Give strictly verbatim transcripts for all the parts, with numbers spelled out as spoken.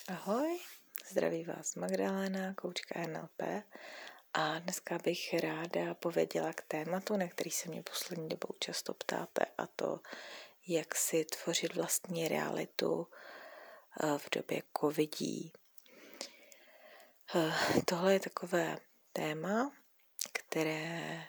Ahoj, zdraví vás Magdalena, koučka N L P a dneska bych ráda pověděla k tématu, na který se mě poslední dobou často ptáte, a to, jak si tvořit vlastní realitu v době covidí. Tohle je takové téma, které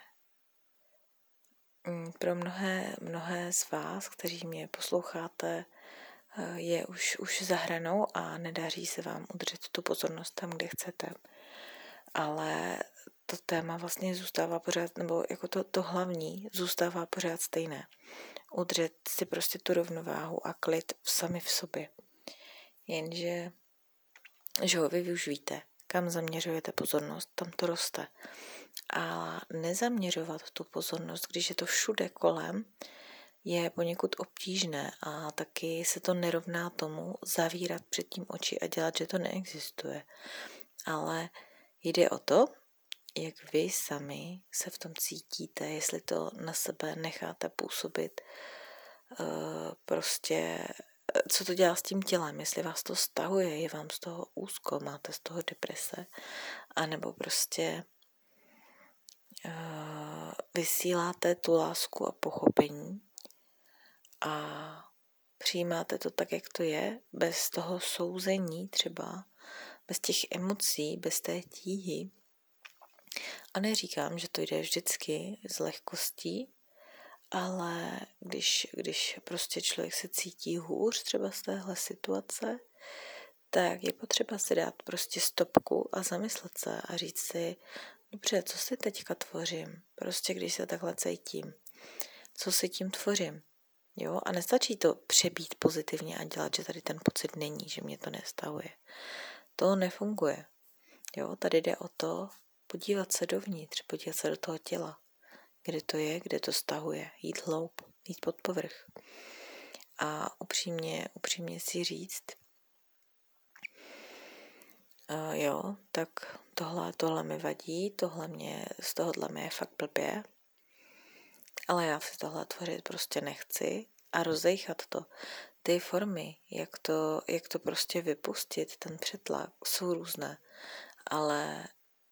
pro mnohé, mnohé z vás, kteří mě posloucháte, je už, už za hranou a nedaří se vám udržet tu pozornost tam, kde chcete. Ale to téma vlastně zůstává pořád, nebo jako to, to hlavní zůstává pořád stejné. Udržet si prostě tu rovnováhu a klid sami v sobě. Jenže, že ho vy už víte, kam zaměřujete pozornost, tam to roste. A nezaměřovat tu pozornost, když je to všude kolem, je poněkud obtížné a taky se to nerovná tomu zavírat před tím oči a dělat, že to neexistuje. Ale jde o to, jak vy sami se v tom cítíte, jestli to na sebe necháte působit, prostě co to dělá s tím tělem, jestli vás to stahuje, je vám z toho úzko, máte z toho deprese, anebo prostě vysíláte tu lásku a pochopení a přijímáte to tak, jak to je, bez toho souzení třeba, bez těch emocí, bez té tíhy. A neříkám, že to jde vždycky s lehkostí, ale když, když prostě člověk se cítí hůř třeba z téhle situace, tak je potřeba si dát prostě stopku a zamyslet se a říct si, dobře, co si teďka tvořím, prostě když se takhle cítím, co si tím tvořím. Jo? A nestačí to přebít pozitivně a dělat, že tady ten pocit není, že mě to nestahuje. To nefunguje. Jo? Tady jde o to podívat se dovnitř, podívat se do toho těla, kde to je, kde to stahuje, jít hloub, jít pod povrch. A upřímně, upřímně si říct, uh, jo, tak tohle, tohle mi vadí, tohle mě, z tohohle mi je fakt blbě, ale já si tohle tvořit prostě nechci a rozdejchat to. Ty formy, jak to, jak to prostě vypustit, ten přetlak, jsou různé, ale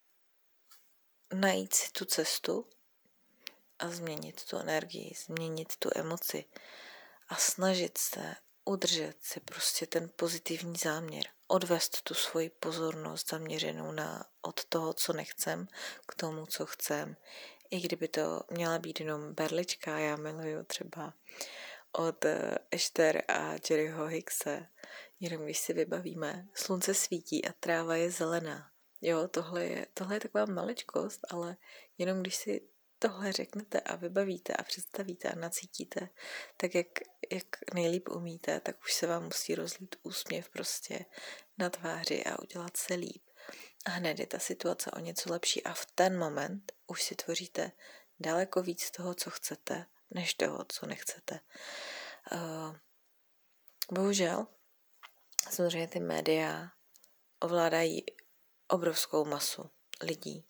najít si tu cestu a změnit tu energii, změnit tu emoci a snažit se udržet si prostě ten pozitivní záměr, odvést tu svoji pozornost zaměřenou na od toho, co nechcem, k tomu, co chcem. I kdyby to měla být jenom berlička, já miluju třeba od Esther a Jerryho Hickse, jenom když si vybavíme, slunce svítí a tráva je zelená. Jo, tohle je, tohle je taková maličkost, ale jenom když si tohle řeknete a vybavíte a představíte a nacítíte, tak jak, jak nejlíp umíte, tak už se vám musí rozlít úsměv prostě na tváři a udělat se líp. A hned je ta situace o něco lepší a v ten moment už si tvoříte daleko víc toho, co chcete, než toho, co nechcete. Uh, bohužel, samozřejmě ty média ovládají obrovskou masu lidí.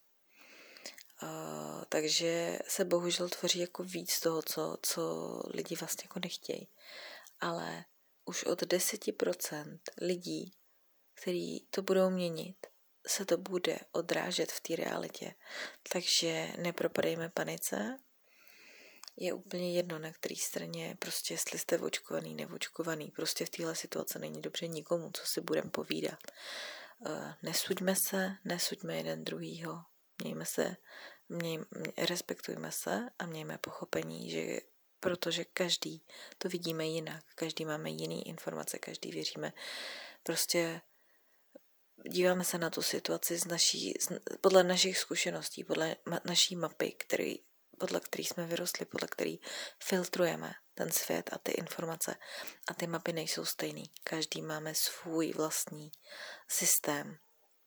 Uh, takže se bohužel tvoří jako víc toho, co, co lidi vlastně jako nechtějí. Ale už od deset procent lidí, kteří to budou měnit, se to bude odrážet v té realitě. Takže nepropadejme panice. Je úplně jedno, na které straně, prostě jestli jste očkovaný, neočkovaný. Prostě v téhle situaci není dobře nikomu, co si budeme povídat. Uh, nesuďme se, nesuďme jeden druhýho. Mějme se, měj, respektujme se a mějme pochopení, že protože každý to vidíme jinak, každý máme jiný informace, každý věříme. Prostě díváme se na tu situaci z naší, z, podle našich zkušeností, podle ma, naší mapy, který, podle který jsme vyrostli, podle který filtrujeme ten svět a ty informace. A ty mapy nejsou stejný. Každý máme svůj vlastní systém,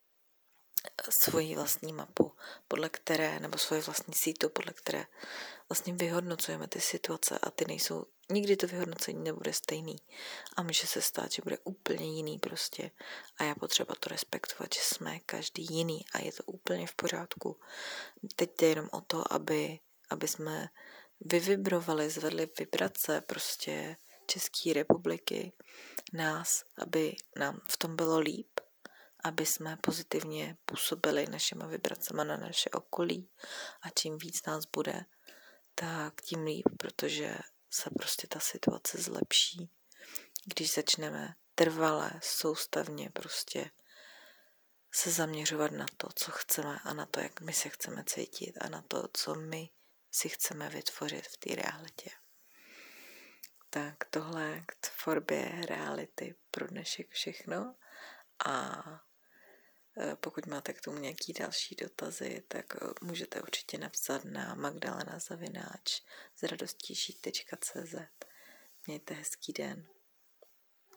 svoji vlastní mapu, podle které, nebo svoji vlastní sítu, podle které vlastně vyhodnocujeme ty situace a ty nejsou, nikdy to vyhodnocení nebude stejný a může se stát, že bude úplně jiný prostě a je potřeba to respektovat, že jsme každý jiný a je to úplně v pořádku. Teď jde jenom o to, aby, aby jsme vyvibrovali, zvedli vibrace prostě České republiky, nás, aby nám v tom bylo líp, aby jsme pozitivně působili našima vibracema na naše okolí a čím víc nás bude, tak tím líp, protože se prostě ta situace zlepší, když začneme trvale, soustavně prostě se zaměřovat na to, co chceme a na to, jak my se chceme cítit a na to, co my si chceme vytvořit v té realitě. Tak tohle k tvorbě reality pro dnešek všechno a pokud máte k tomu nějaký další dotazy, tak můžete určitě napsat na magdalena zavináč s radostí žít tečka cé zet. Mějte hezký den.